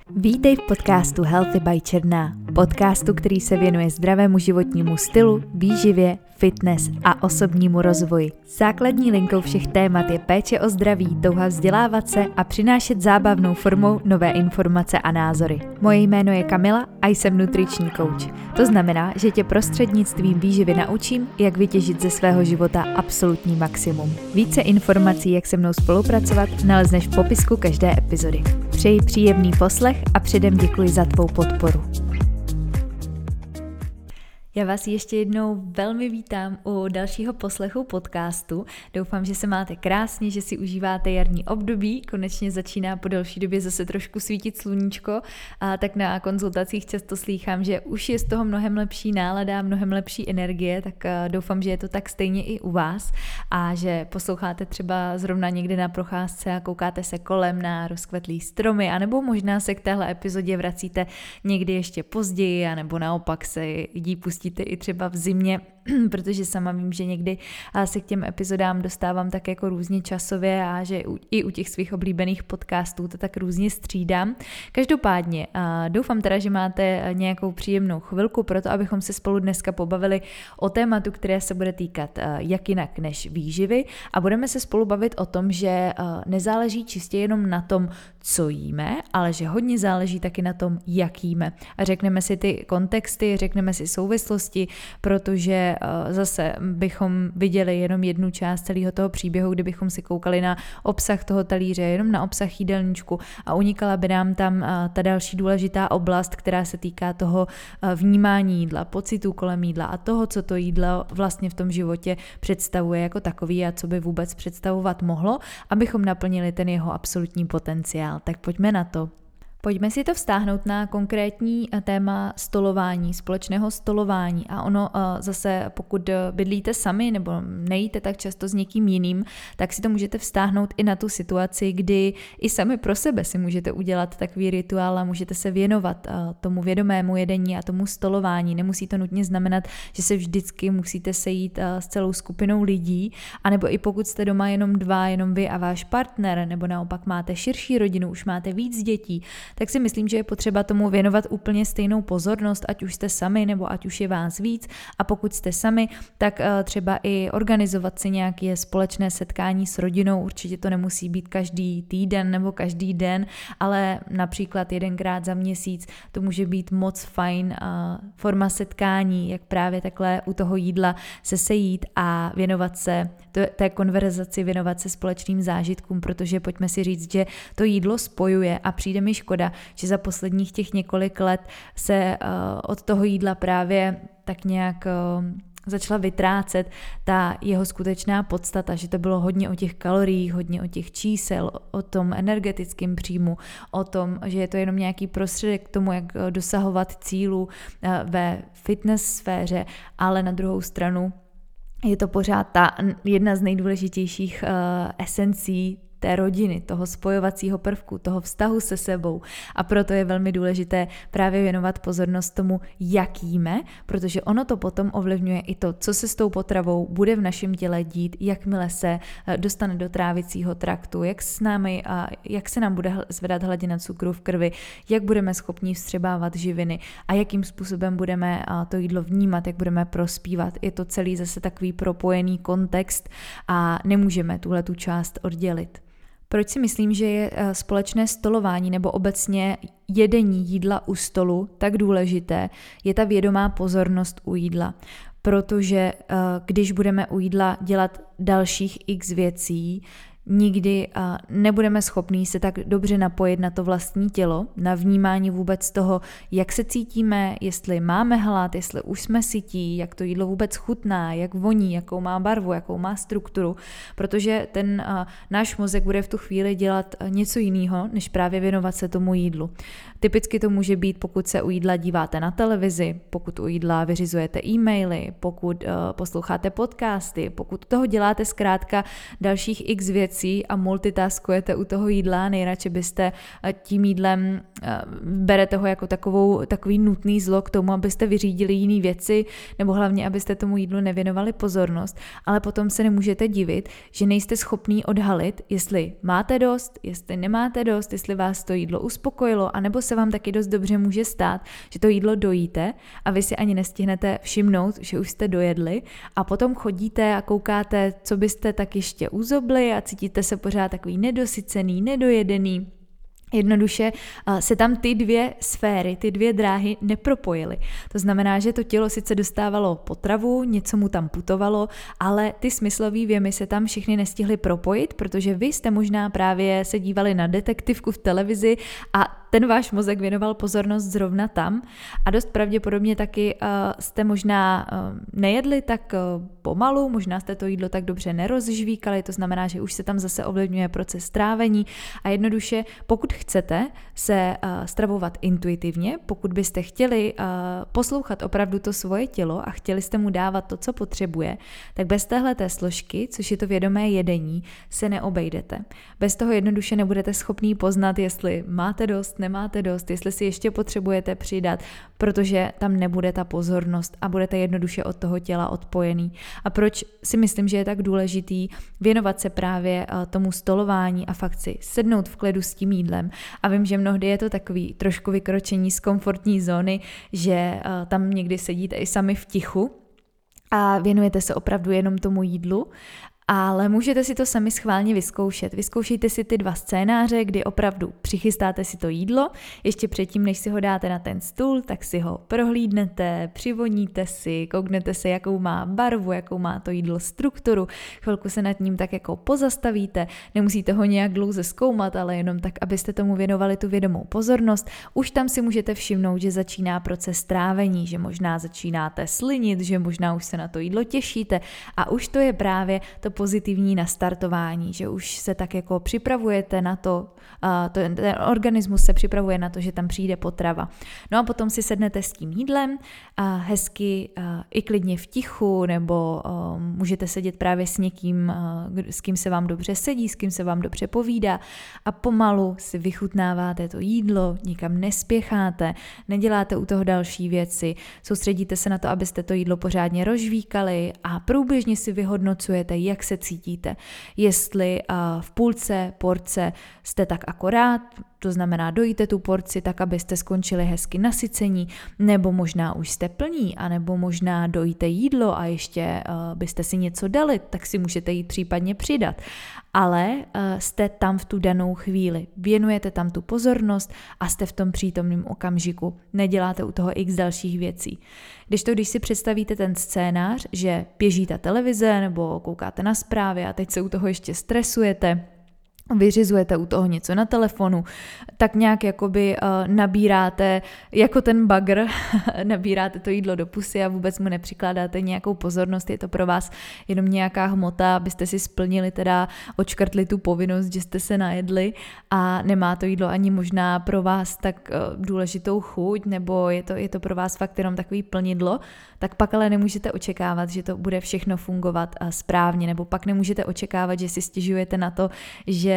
Vítej v podcastu Healthy by Černá, podcastu, který se věnuje zdravému životnímu stylu, výživě, fitness a osobnímu rozvoji. Základní linkou všech témat je péče o zdraví, touha vzdělávat se a přinášet zábavnou formou nové informace a názory. Moje jméno je Kamila a jsem nutriční coach. To znamená, že tě prostřednictvím výživy naučím, jak vytěžit ze svého života absolutní maximum. Více informací, jak se mnou spolupracovat, nalezneš v popisku každé epizody. Přeji příjemný poslech a předem děkuji za tvou podporu. Já vás ještě jednou velmi vítám u dalšího poslechu podcastu. Doufám, že se máte krásně, že si užíváte jarní období. Konečně začíná po delší době zase trošku svítit sluníčko. A tak na konzultacích často slýchám, že už je z toho mnohem lepší nálada, mnohem lepší energie, tak doufám, že je to tak stejně i u vás a že posloucháte třeba zrovna někde na procházce a koukáte se kolem na rozkvetlý stromy, anebo možná se k téhle epizodě vracíte někdy ještě později, anebo naopak se jí pustíte i třeba v zimě, protože sama vím, že někdy se k těm epizodám dostávám tak jako různě časově a že i u těch svých oblíbených podcastů to tak různě střídám. Každopádně doufám teda, že máte nějakou příjemnou chvilku pro to, abychom se spolu dneska pobavili o tématu, které se bude týkat jak jinak než výživy a budeme se spolu bavit o tom, že nezáleží čistě jenom na tom, co jíme, ale že hodně záleží taky na tom, jak jíme. A řekneme si ty kontexty, řekneme si souvislosti, protože zase bychom viděli jenom jednu část celého toho příběhu, kdybychom si koukali na obsah toho talíře, jenom na obsah jídelníčku a unikala by nám tam ta další důležitá oblast, která se týká toho vnímání jídla, pocitů kolem jídla a toho, co to jídlo vlastně v tom životě představuje jako takový a co by vůbec představovat mohlo, abychom naplnili ten jeho absolutní potenciál. Tak pojďme na to. Pojďme si to vztáhnout na konkrétní téma stolování, společného stolování a ono zase, pokud bydlíte sami nebo nejíte tak často s někým jiným, tak si to můžete vztáhnout i na tu situaci, kdy i sami pro sebe si můžete udělat takový rituál a můžete se věnovat tomu vědomému jedení a tomu stolování. Nemusí to nutně znamenat, že se vždycky musíte sejít s celou skupinou lidí, anebo i pokud jste doma jenom dva, jenom vy a váš partner, nebo naopak máte širší rodinu, už máte víc dětí, tak si myslím, že je potřeba tomu věnovat úplně stejnou pozornost, ať už jste sami, nebo ať už je vás víc. A pokud jste sami, tak třeba i organizovat si nějaké společné setkání s rodinou. Určitě to nemusí být každý týden nebo každý den, ale například 1krát za měsíc to může být moc fajn forma setkání, jak právě takhle u toho jídla se sejít a věnovat se té konverzaci, věnovat se společným zážitkům, protože pojďme si říct, že to jídlo spojuje a přijde mi škoda, že za posledních těch několik let se od toho jídla právě tak nějak začala vytrácet ta jeho skutečná podstata, že to bylo hodně o těch kaloriích, hodně o těch čísel, o tom energetickém příjmu, o tom, že je to jenom nějaký prostředek k tomu, jak dosahovat cílů ve fitness sféře, ale na druhou stranu je to pořád ta jedna z nejdůležitějších esencí té rodiny, toho spojovacího prvku, toho vztahu se sebou a proto je velmi důležité právě věnovat pozornost tomu, jak jíme, protože ono to potom ovlivňuje i to, co se s tou potravou bude v našem těle dít, jakmile se dostane do trávicího traktu, jak se nám bude zvedat hladina cukru v krvi, jak budeme schopni vstřebávat živiny a jakým způsobem budeme to jídlo vnímat, jak budeme prospívat. Je to celý zase takový propojený kontext a nemůžeme tuhletu část oddělit. Proč si myslím, že je společné stolování nebo obecně jedení jídla u stolu tak důležité, je ta vědomá pozornost u jídla. Protože když budeme u jídla dělat dalších x věcí, nikdy nebudeme schopní se tak dobře napojit na to vlastní tělo, na vnímání vůbec toho, jak se cítíme, jestli máme hlad, jestli už jsme sytí, jak to jídlo vůbec chutná, jak voní, jakou má barvu, jakou má strukturu, protože ten náš mozek bude v tu chvíli dělat něco jiného, než právě věnovat se tomu jídlu. Typicky to může být, pokud se u jídla díváte na televizi, pokud u jídla vyřizujete e-maily, pokud posloucháte podcasty, pokud toho děláte zkrátka dalších x věcí, věcí a multitaskujete u toho jídla, nejradši byste tím jídlem berete ho jako takový nutný zlo k tomu, abyste vyřídili jiné věci, nebo hlavně, abyste tomu jídlu nevěnovali pozornost, ale potom se nemůžete divit, že nejste schopný odhalit, jestli máte dost, jestli nemáte dost, jestli vás to jídlo uspokojilo, anebo se vám taky dost dobře může stát, že to jídlo dojíte a vy si ani nestihnete všimnout, že už jste dojedli a potom chodíte a koukáte, co byste tak ještě uzobli a cítíte se pořád takový nedosycený, nedojedený. Jednoduše se tam ty dvě sféry, ty dvě dráhy nepropojily. To znamená, že to tělo sice dostávalo potravu, něco mu tam putovalo, ale ty smyslové věmy se tam všechny nestihly propojit, protože vy jste možná právě se dívali na detektivku v televizi a ten váš mozek věnoval pozornost zrovna tam a dost pravděpodobně taky jste možná nejedli tak pomalu, možná jste to jídlo tak dobře nerozžvíkali, to znamená, že už se tam zase ovlivňuje proces trávení a jednoduše, pokud chcete se stravovat intuitivně, pokud byste chtěli poslouchat opravdu to svoje tělo a chtěli jste mu dávat to, co potřebuje, tak bez téhleté složky, což je to vědomé jedení, se neobejdete. Bez toho jednoduše nebudete schopní poznat, jestli máte dost, nemáte dost, jestli si ještě potřebujete přidat, protože tam nebude ta pozornost a budete jednoduše od toho těla odpojený. A proč si myslím, že je tak důležitý věnovat se právě tomu stolování a fakt si sednout v klidu s tím jídlem. A vím, že mnohdy je to takový trošku vykročení z komfortní zóny, že tam někdy sedíte i sami v tichu a věnujete se opravdu jenom tomu jídlu, ale můžete si to sami schválně vyzkoušet. Vyzkoušejte si ty 2 scénáře, kdy opravdu přichystáte si to jídlo, ještě předtím, než si ho dáte na ten stůl, tak si ho prohlídnete, přivoníte si, kouknete se, jakou má barvu, jakou má to jídlo strukturu, chvilku se nad ním tak jako pozastavíte, nemusíte ho nějak dlouze zkoumat, ale jenom tak, abyste tomu věnovali tu vědomou pozornost. Už tam si můžete všimnout, že začíná proces trávení, že možná začínáte slinit, že možná už se na to jídlo těšíte a už to je právě to pozitivní nastartování, že už se tak jako připravujete na to, ten organismus se připravuje na to, že tam přijde potrava. No a potom si sednete s tím jídlem a hezky i klidně v tichu, nebo můžete sedět právě s někým, s kým se vám dobře sedí, s kým se vám dobře povídá a pomalu si vychutnáváte to jídlo, nikam nespěcháte, neděláte u toho další věci, soustředíte se na to, abyste to jídlo pořádně rozžvíkali a průběžně si vyhodnocujete, jak se cítíte. Jestli v půlce porce jste tak akorát, to znamená dojíte tu porci tak, abyste skončili hezky nasycení, nebo možná už jste plní, anebo možná dojíte jídlo a ještě byste si něco dali, tak si můžete jít případně přidat. Ale jste tam v tu danou chvíli, věnujete tam tu pozornost a jste v tom přítomném okamžiku, neděláte u toho x dalších věcí. Když si představíte ten scénář, že běží ta televize nebo koukáte na zprávy a teď se u toho ještě stresujete, vyřizujete u toho něco na telefonu, tak nějak jakoby nabíráte jako ten bagr, nabíráte to jídlo do pusy a vůbec mu nepřikládáte nějakou pozornost, je to pro vás jenom nějaká hmota, abyste si splnili teda, odškrtli tu povinnost, že jste se najedli a nemá to jídlo ani možná pro vás tak důležitou chuť, nebo je to pro vás fakt jenom takový plnidlo, tak pak ale nemůžete očekávat, že to bude všechno fungovat správně, nebo pak nemůžete očekávat, že si stěžujete na to, že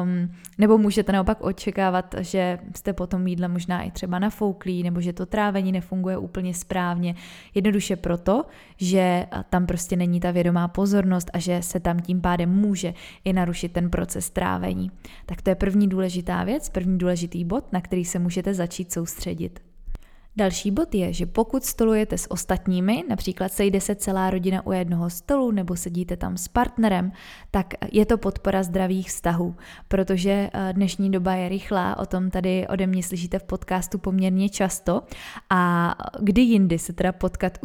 nebo můžete naopak očekávat, že jste po tom jídle možná i třeba nafouklí, nebo že to trávení nefunguje úplně správně. Jednoduše proto, že tam prostě není ta vědomá pozornost a že se tam tím pádem může i narušit ten proces trávení. Tak to je první důležitá věc, první důležitý bod, na který se můžete začít soustředit. Další bod je, že pokud stolujete s ostatními, například sejde se celá rodina u jednoho stolu nebo sedíte tam s partnerem, tak je to podpora zdravých vztahů, protože dnešní doba je rychlá, o tom tady ode mě slyšíte v podcastu poměrně často a kdy jindy se teda potkat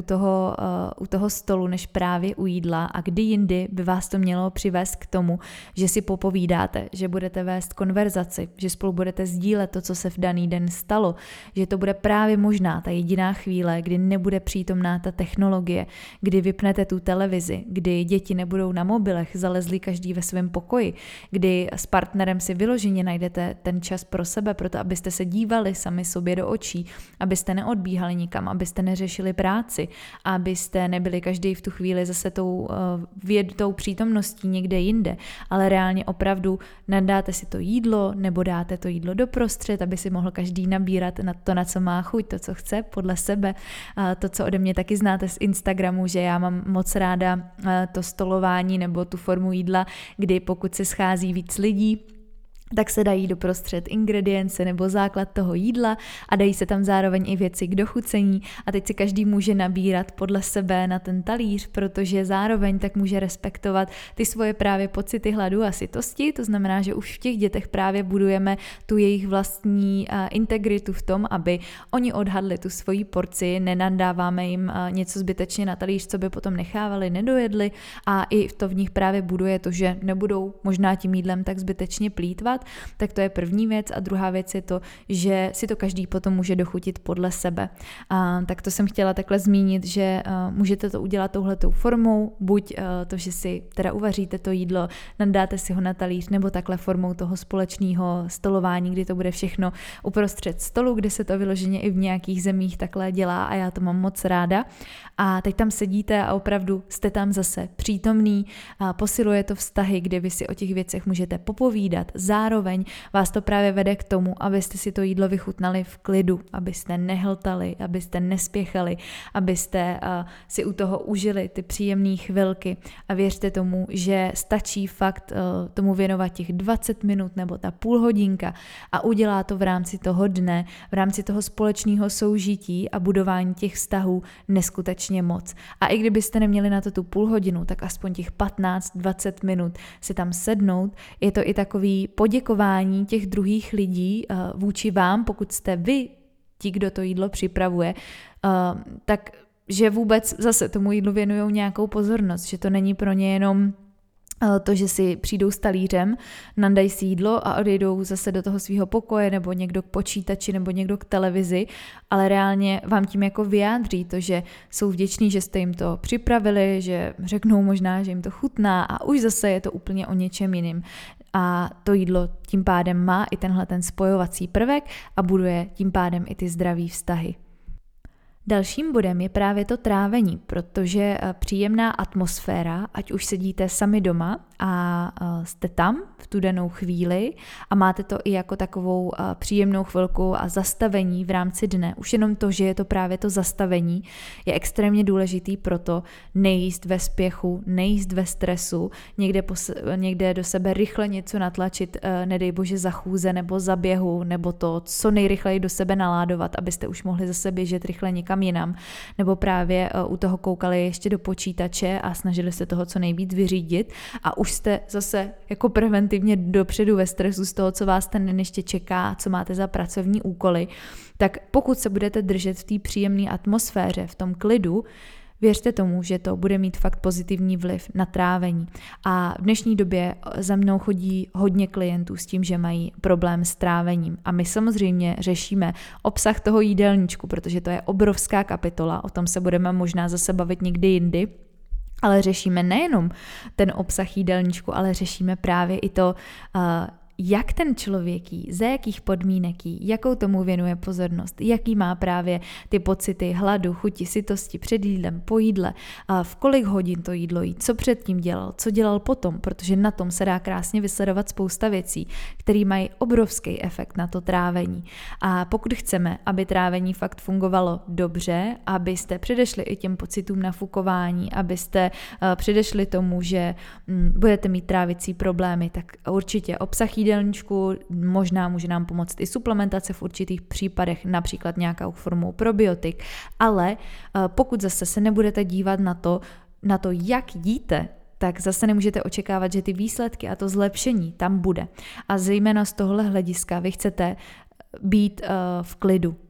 u toho stolu, než právě u jídla a kdy jindy by vás to mělo přivést k tomu, že si popovídáte, že budete vést konverzaci, že spolu budete sdílet to, co se v daný den stalo, že to bude právě možnost možná ta jediná chvíle, kdy nebude přítomná ta technologie, kdy vypnete tu televizi, kdy děti nebudou na mobilech, zalezli každý ve svém pokoji, kdy s partnerem si vyloženě najdete ten čas pro sebe, proto abyste se dívali sami sobě do očí, abyste neodbíhali nikam, abyste neřešili práci, abyste nebyli každý v tu chvíli zase tou přítomností někde jinde, ale reálně opravdu nadáte si to jídlo nebo dáte to jídlo doprostřed, aby si mohl každý nabírat na to, na co má chuť, to, co chce, podle sebe. To, co ode mě taky znáte z Instagramu, že já mám moc ráda to stolování nebo tu formu jídla, kdy pokud se schází víc lidí, tak se dají doprostřed ingredience nebo základ toho jídla a dají se tam zároveň i věci k dochucení a teď si každý může nabírat podle sebe na ten talíř, protože zároveň tak může respektovat ty svoje právě pocity hladu a sytosti, to znamená, že už v těch dětech právě budujeme tu jejich vlastní integritu v tom, aby oni odhadli tu svoji porci, nenadáváme jim něco zbytečně na talíř, co by potom nechávali, nedojedli a i to v nich právě buduje to, že nebudou možná tím jídlem tak zbytečně plýtvat. Tak to je první věc a druhá věc je to, že si to každý potom může dochutit podle sebe. Tak to jsem chtěla takhle zmínit, že můžete to udělat touhletou formou, buď to, že si teda uvaříte to jídlo, nadáte si ho na talíř, nebo takhle formou toho společného stolování, kdy to bude všechno uprostřed stolu, kde se to vyloženě i v nějakých zemích takhle dělá a já to mám moc ráda. A teď tam sedíte a opravdu jste tam zase přítomný, posiluje to vztahy, kde vy si o těch věcech můžete popovídat. Zároveň vás to právě vede k tomu, abyste si to jídlo vychutnali v klidu, abyste nehltali, abyste nespěchali, abyste si u toho užili ty příjemné chvilky a věřte tomu, že stačí fakt tomu věnovat těch 20 minut nebo ta půl hodinka a udělá to v rámci toho dne, v rámci toho společného soužití a budování těch vztahů neskutečně moc. A i kdybyste neměli na to tu půl hodinu, tak aspoň těch 15-20 minut si tam sednout, je to i takový poděkování těch druhých lidí vůči vám, pokud jste vy ti, kdo to jídlo připravuje, tak že vůbec zase tomu jídlu věnují nějakou pozornost, že to není pro ně jenom to, že si přijdou s talířem, nandají si jídlo a odejdou zase do toho svého pokoje nebo někdo k počítači nebo někdo k televizi, ale reálně vám tím jako vyjádří to, že jsou vděční, že jste jim to připravili, že řeknou možná, že jim to chutná a už zase je to úplně o něčem jiným. A to jídlo tím pádem má i tenhle ten spojovací prvek a buduje tím pádem i ty zdraví vztahy. Dalším bodem je právě to trávení, protože příjemná atmosféra, ať už sedíte sami doma a jste tam v tu danou chvíli a máte to i jako takovou příjemnou chvilku a zastavení v rámci dne. Už jenom to, že je to právě to zastavení, je extrémně důležitý proto nejíst ve spěchu, nejíst ve stresu, někde do sebe rychle něco natlačit, nedej bože za chůze nebo za běhu, nebo to co nejrychleji do sebe naládovat, abyste už mohli zase běžet rychle někam jinam, nebo právě u toho koukali ještě do počítače a snažili se toho co nejvíc vyřídit a už jste zase jako preventivně dopředu ve stresu z toho, co vás ten den ještě čeká, co máte za pracovní úkoly, tak pokud se budete držet v té příjemné atmosféře, v tom klidu, věřte tomu, že to bude mít fakt pozitivní vliv na trávení. A v dnešní době za mnou chodí hodně klientů s tím, že mají problém s trávením. A my samozřejmě řešíme obsah toho jídelníčku, protože to je obrovská kapitola, o tom se budeme možná zase bavit někdy jindy. Ale řešíme nejenom ten obsah jídelníčku, ale řešíme právě i to, jak ten člověk jí, za jakých podmínek jí, jakou tomu věnuje pozornost, jaký má právě ty pocity hladu, chuti, sytosti před jídlem, po jídle, v kolik hodin to jídlo jí, co předtím dělal, co dělal potom, protože na tom se dá krásně vysledovat spousta věcí, které mají obrovský efekt na to trávení. A pokud chceme, aby trávení fakt fungovalo dobře, abyste předešli i těm pocitům nafukování, abyste předešli tomu, že budete mít trávicí problémy, tak určitě obsah jídelníčku, možná může nám pomoct i suplementace v určitých případech, například nějakou formou probiotik, ale pokud zase se nebudete dívat na to, jak jíte, tak zase nemůžete očekávat, že ty výsledky a to zlepšení tam bude. A zejména z tohohle hlediska vy chcete být v klidu.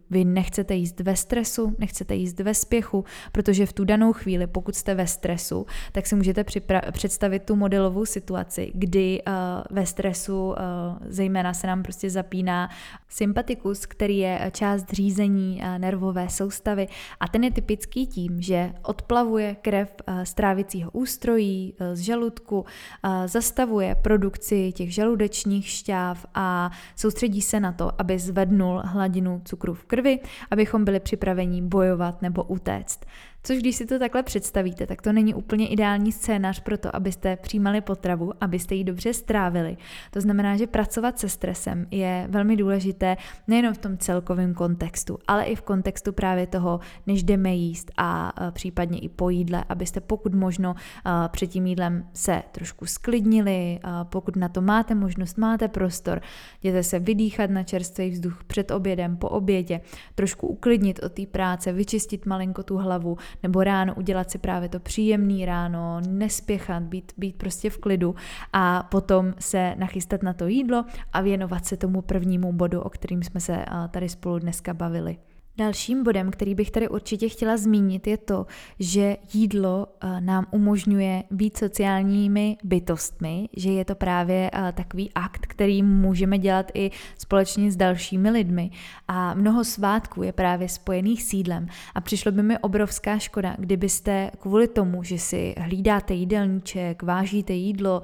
Vy nechcete jíst ve stresu, nechcete jíst ve spěchu, protože v tu danou chvíli, pokud jste ve stresu, tak si můžete představit tu modelovou situaci, kdy ve stresu zejména se nám prostě zapíná sympatikus, který je část řízení nervové soustavy a ten je typický tím, že odplavuje krev z trávicího ústrojí, z žaludku, zastavuje produkci těch žaludečních šťáv a soustředí se na to, aby zvednul hladinu cukru v krvi, abychom byli připraveni bojovat nebo utéct. Což když si to takhle představíte, tak to není úplně ideální scénář pro to, abyste přijímali potravu, abyste ji dobře strávili. To znamená, že pracovat se stresem je velmi důležité nejen v tom celkovém kontextu, ale i v kontextu právě toho, než jdeme jíst a případně i po jídle, abyste pokud možno před tím jídlem se trošku sklidnili, pokud na to máte možnost, máte prostor, jděte se vydýchat na čerstvý vzduch před obědem, po obědě, trošku uklidnit od té práce, vyčistit malinko tu hlavu, nebo ráno udělat si právě to příjemný ráno, nespěchat, být prostě v klidu a potom se nachystat na to jídlo a věnovat se tomu prvnímu bodu, o kterým jsme se tady spolu dneska bavili. Dalším bodem, který bych tady určitě chtěla zmínit, je to, že jídlo nám umožňuje být sociálními bytostmi, že je to právě takový akt, který můžeme dělat i společně s dalšími lidmi a mnoho svátků je právě spojených s jídlem a přišlo by mi obrovská škoda, kdybyste kvůli tomu, že si hlídáte jídelníček, vážíte jídlo,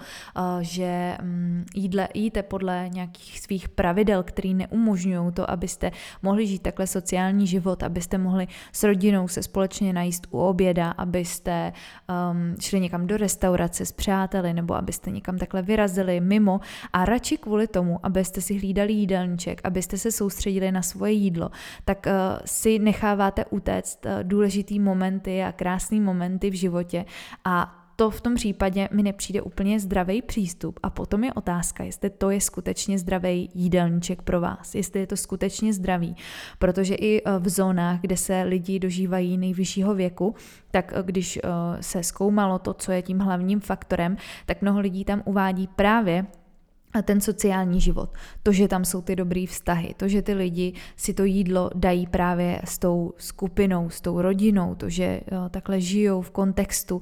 že jíte podle nějakých svých pravidel, které neumožňují to, abyste mohli žít takhle sociální život, abyste mohli s rodinou se společně najíst u oběda, abyste šli někam do restaurace s přáteli nebo abyste někam takhle vyrazili mimo a radši kvůli tomu, abyste si hlídali jídelníček, abyste se soustředili na svoje jídlo, tak si necháváte utéct důležitý momenty a krásný momenty v životě a to v tom případě mi nepřijde úplně zdravý přístup a potom je otázka, jestli to je skutečně zdravý jídelníček pro vás, jestli je to skutečně zdravý, protože i v zónách, kde se lidi dožívají nejvyššího věku, tak když se zkoumalo to, co je tím hlavním faktorem, tak mnoho lidí tam uvádí právě ten sociální život, to, že tam jsou ty dobrý vztahy, to, že ty lidi si to jídlo dají právě s tou skupinou, s tou rodinou, to, že takhle žijou v kontextu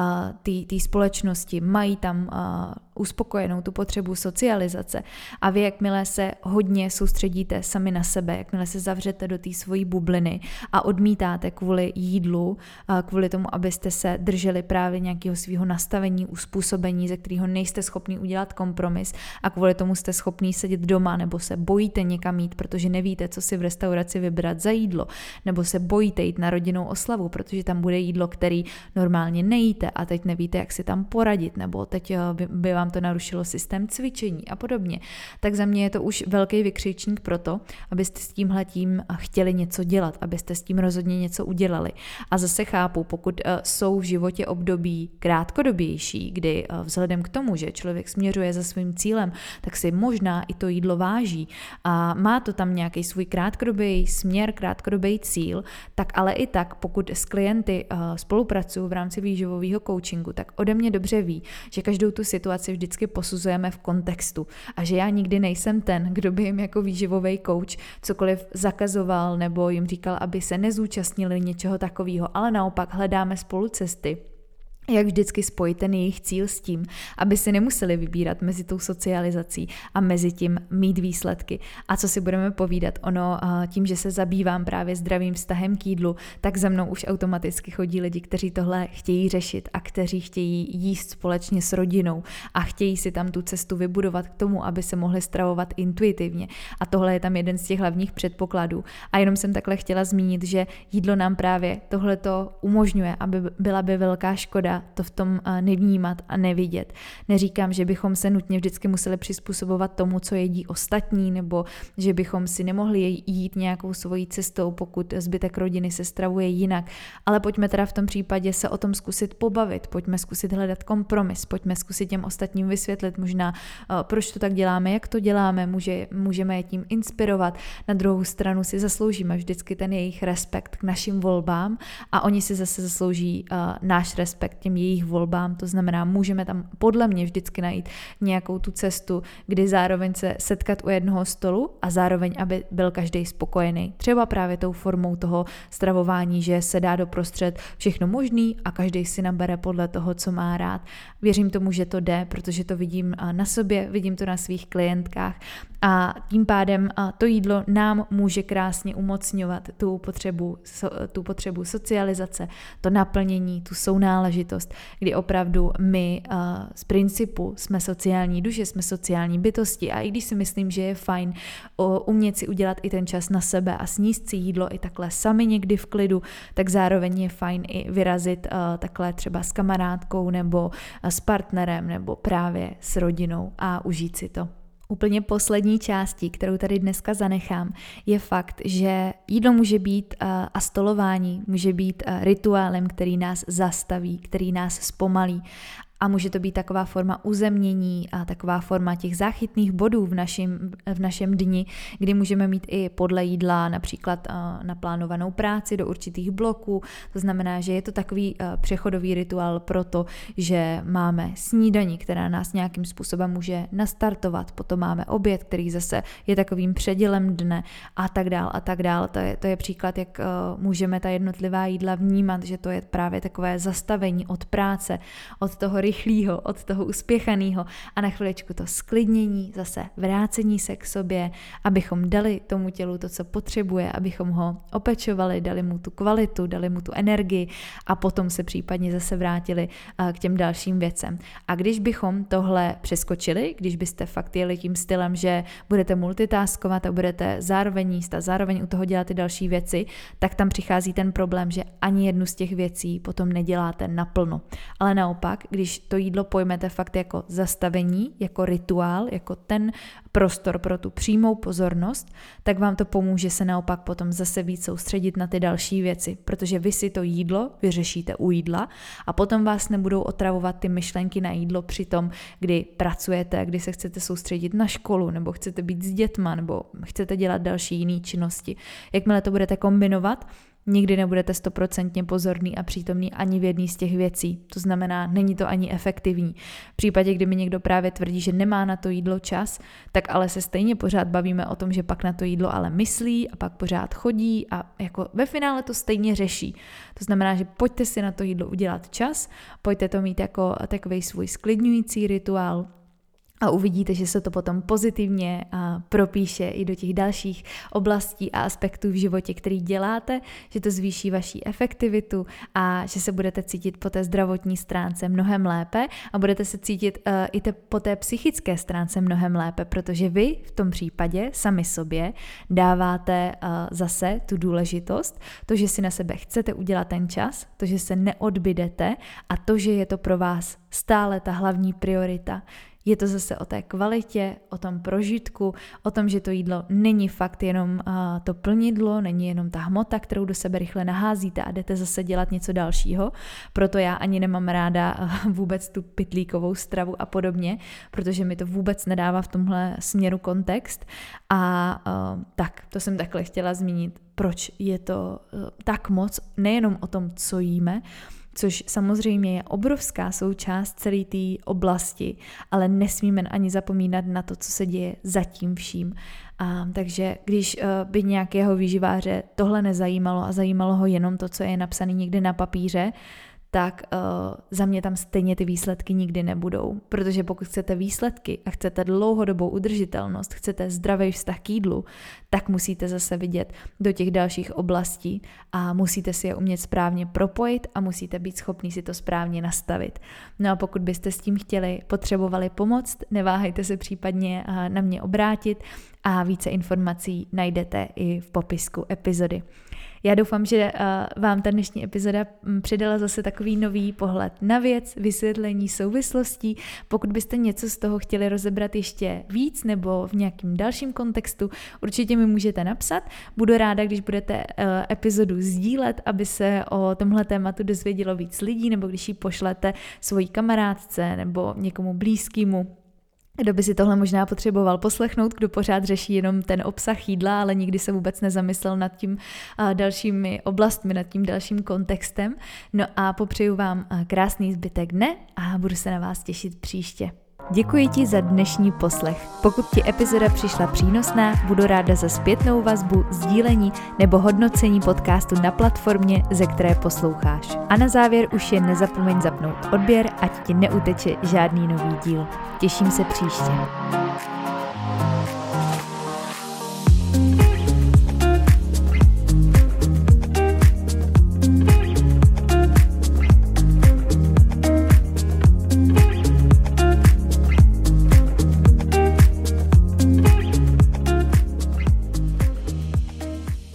té společnosti, mají tam uspokojenou tu potřebu socializace a vy, jakmile se hodně soustředíte sami na sebe, jakmile se zavřete do té svojí bubliny a odmítáte kvůli jídlu, kvůli tomu, abyste se drželi právě nějakého svého nastavení, uspůsobení, ze kterého nejste schopni udělat kompromis a kvůli tomu jste schopní sedět doma nebo se bojíte někam jít, protože nevíte, co si v restauraci vybrat za jídlo, nebo se bojíte jít na rodinnou oslavu, protože tam bude jídlo, který normálně nejíte a teď nevíte, jak si tam poradit, nebo teď by vám to narušilo systém cvičení a podobně. Tak za mě je to už velký vykřičník pro to, abyste s tímhletím chtěli něco dělat, abyste s tím rozhodně něco udělali. A zase chápu, pokud jsou v životě období krátkodobější, kdy vzhledem k tomu, že člověk směřuje za svým cílem, tak si možná i to jídlo váží a má to tam nějaký svůj krátkodobý směr, krátkodobý cíl, tak ale i tak, pokud s klienty spolupracuju v rámci výživového coachingu, tak ode mě dobře ví, že každou tu situaci vždycky posuzujeme v kontextu a že já nikdy nejsem ten, kdo by jim jako výživový coach cokoliv zakazoval nebo jim říkal, aby se nezúčastnili něčeho takového, ale naopak hledáme spolu cesty, jak vždycky spojit ten jejich cíl s tím, aby si nemuseli vybírat mezi tou socializací a mezi tím mít výsledky. A co si budeme povídat, ono tím, že se zabývám právě zdravým vztahem k jídlu, tak za mnou už automaticky chodí lidi, kteří tohle chtějí řešit a kteří chtějí jíst společně s rodinou a chtějí si tam tu cestu vybudovat k tomu, aby se mohli stravovat intuitivně. A tohle je tam jeden z těch hlavních předpokladů. A jenom jsem takhle chtěla zmínit, že jídlo nám právě tohleto umožňuje, aby byla by velká škoda to v tom nevnímat a nevidět. Neříkám, že bychom se nutně vždycky museli přizpůsobovat tomu, co jedí ostatní, nebo že bychom si nemohli jít nějakou svojí cestou, pokud zbytek rodiny se stravuje jinak, ale pojďme teda v tom případě se o tom zkusit pobavit, pojďme zkusit hledat kompromis, pojďme zkusit těm ostatním vysvětlit možná, proč to tak děláme, jak to děláme, můžeme je tím inspirovat. Na druhou stranu si zasloužíme vždycky ten jejich respekt k našim volbám a oni si zase zaslouží náš respekt těm jejich volbám, to znamená, můžeme tam podle mě vždycky najít nějakou tu cestu, kdy zároveň se setkat u jednoho stolu a zároveň, aby byl každý spokojený. Třeba právě tou formou toho stravování, že se dá doprostřed všechno možný a každý si nabere podle toho, co má rád. Věřím tomu, že to jde, protože to vidím na sobě, vidím to na svých klientkách a tím pádem to jídlo nám může krásně umocňovat tu potřebu socializace, to naplnění, tu sounáležitost, kdy opravdu my z principu jsme sociální duše, jsme sociální bytosti a i když si myslím, že je fajn umět si udělat i ten čas na sebe a sníst si jídlo i takhle sami někdy v klidu, tak zároveň je fajn i vyrazit takhle třeba s kamarádkou nebo s partnerem nebo právě s rodinou a užít si to. Úplně poslední částí, kterou tady dneska zanechám, je fakt, že jídlo může být a stolování může být rituálem, který nás zastaví, který nás zpomalí. A může to být taková forma uzemnění a taková forma těch záchytných bodů v našem dni, kdy můžeme mít i podle jídla například naplánovanou práci do určitých bloků. To znamená, že je to takový přechodový rituál pro to, že máme snídani, která nás nějakým způsobem může nastartovat. Potom máme oběd, který zase je takovým předělem dne a tak dál a tak dál. To je příklad, jak můžeme ta jednotlivá jídla vnímat, že to je právě takové zastavení od práce, od toho rychlýho, od toho uspěchaného a na chviličku to sklidnění, zase vrácení se k sobě, abychom dali tomu tělu to, co potřebuje, abychom ho opečovali, dali mu tu kvalitu, dali mu tu energii a potom se případně zase vrátili k těm dalším věcem. A když bychom tohle přeskočili, když byste fakt jeli tím stylem, že budete multitaskovat a budete zároveň jíst a zároveň u toho dělat ty další věci, tak tam přichází ten problém, že ani jednu z těch věcí potom neděláte naplno. Ale naopak, když to jídlo pojmete fakt jako zastavení, jako rituál, jako ten prostor pro tu přímou pozornost, tak vám to pomůže se naopak potom zase víc soustředit na ty další věci, protože vy si to jídlo vyřešíte u jídla a potom vás nebudou otravovat ty myšlenky na jídlo při tom, kdy pracujete, kdy se chcete soustředit na školu, nebo chcete být s dětma, nebo chcete dělat další jiné činnosti. Jakmile to budete kombinovat, nikdy nebudete 100% pozorný a přítomný ani v jedné z těch věcí. To znamená, není to ani efektivní. V případě, kdy mi někdo právě tvrdí, že nemá na to jídlo čas, tak ale se stejně pořád bavíme o tom, že pak na to jídlo ale myslí a pak pořád chodí a jako ve finále to stejně řeší. To znamená, že pojďte si na to jídlo udělat čas, pojďte to mít jako takovej svůj sklidňující rituál, a uvidíte, že se to potom pozitivně propíše i do těch dalších oblastí a aspektů v životě, který děláte, že to zvýší vaši efektivitu a že se budete cítit po té zdravotní stránce mnohem lépe a budete se cítit i po té psychické stránce mnohem lépe, protože vy v tom případě sami sobě dáváte zase tu důležitost, to, že si na sebe chcete udělat ten čas, to, že se neodbydete a to, že je to pro vás stále ta hlavní priorita. Je to zase o té kvalitě, o tom prožitku, o tom, že to jídlo není fakt jenom to plnidlo, není jenom ta hmota, kterou do sebe rychle naházíte a jdete zase dělat něco dalšího. Proto já ani nemám ráda vůbec tu pytlíkovou stravu a podobně, protože mi to vůbec nedává v tomhle směru kontext. A tak, to jsem takhle chtěla zmínit, proč je to tak moc, nejenom o tom, co jíme, což samozřejmě je obrovská součást celé té oblasti, ale nesmíme ani zapomínat na to, co se děje za tím vším. Takže když by nějakého výživáře tohle nezajímalo a zajímalo ho jenom to, co je napsané někde na papíře, tak za mě tam stejně ty výsledky nikdy nebudou. Protože pokud chcete výsledky a chcete dlouhodobou udržitelnost, chcete zdravý vztah k jídlu, tak musíte zase vidět do těch dalších oblastí a musíte si je umět správně propojit a musíte být schopní si to správně nastavit. No a pokud byste s tím potřebovali pomoct, neváhejte se případně na mě obrátit a více informací najdete i v popisku epizody. Já doufám, že vám ta dnešní epizoda přidala zase takový nový pohled na věc, vysvětlení souvislostí. Pokud byste něco z toho chtěli rozebrat ještě víc nebo v nějakém dalším kontextu, určitě mi můžete napsat. Budu ráda, když budete epizodu sdílet, aby se o tomhle tématu dozvědělo víc lidí, nebo když ji pošlete svojí kamarádce nebo někomu blízkému. kdo by si tohle možná potřeboval poslechnout, kdo pořád řeší jenom ten obsah jídla, ale nikdy se vůbec nezamyslel nad tím dalšími oblastmi, nad tím dalším kontextem. No a popřeju vám krásný zbytek dne a budu se na vás těšit příště. Děkuji ti za dnešní poslech. Pokud ti epizoda přišla přínosná, budu ráda za zpětnou vazbu, sdílení nebo hodnocení podcastu na platformě, ze které posloucháš. A na závěr už jen nezapomeň zapnout odběr, ať ti neuteče žádný nový díl. Těším se příště.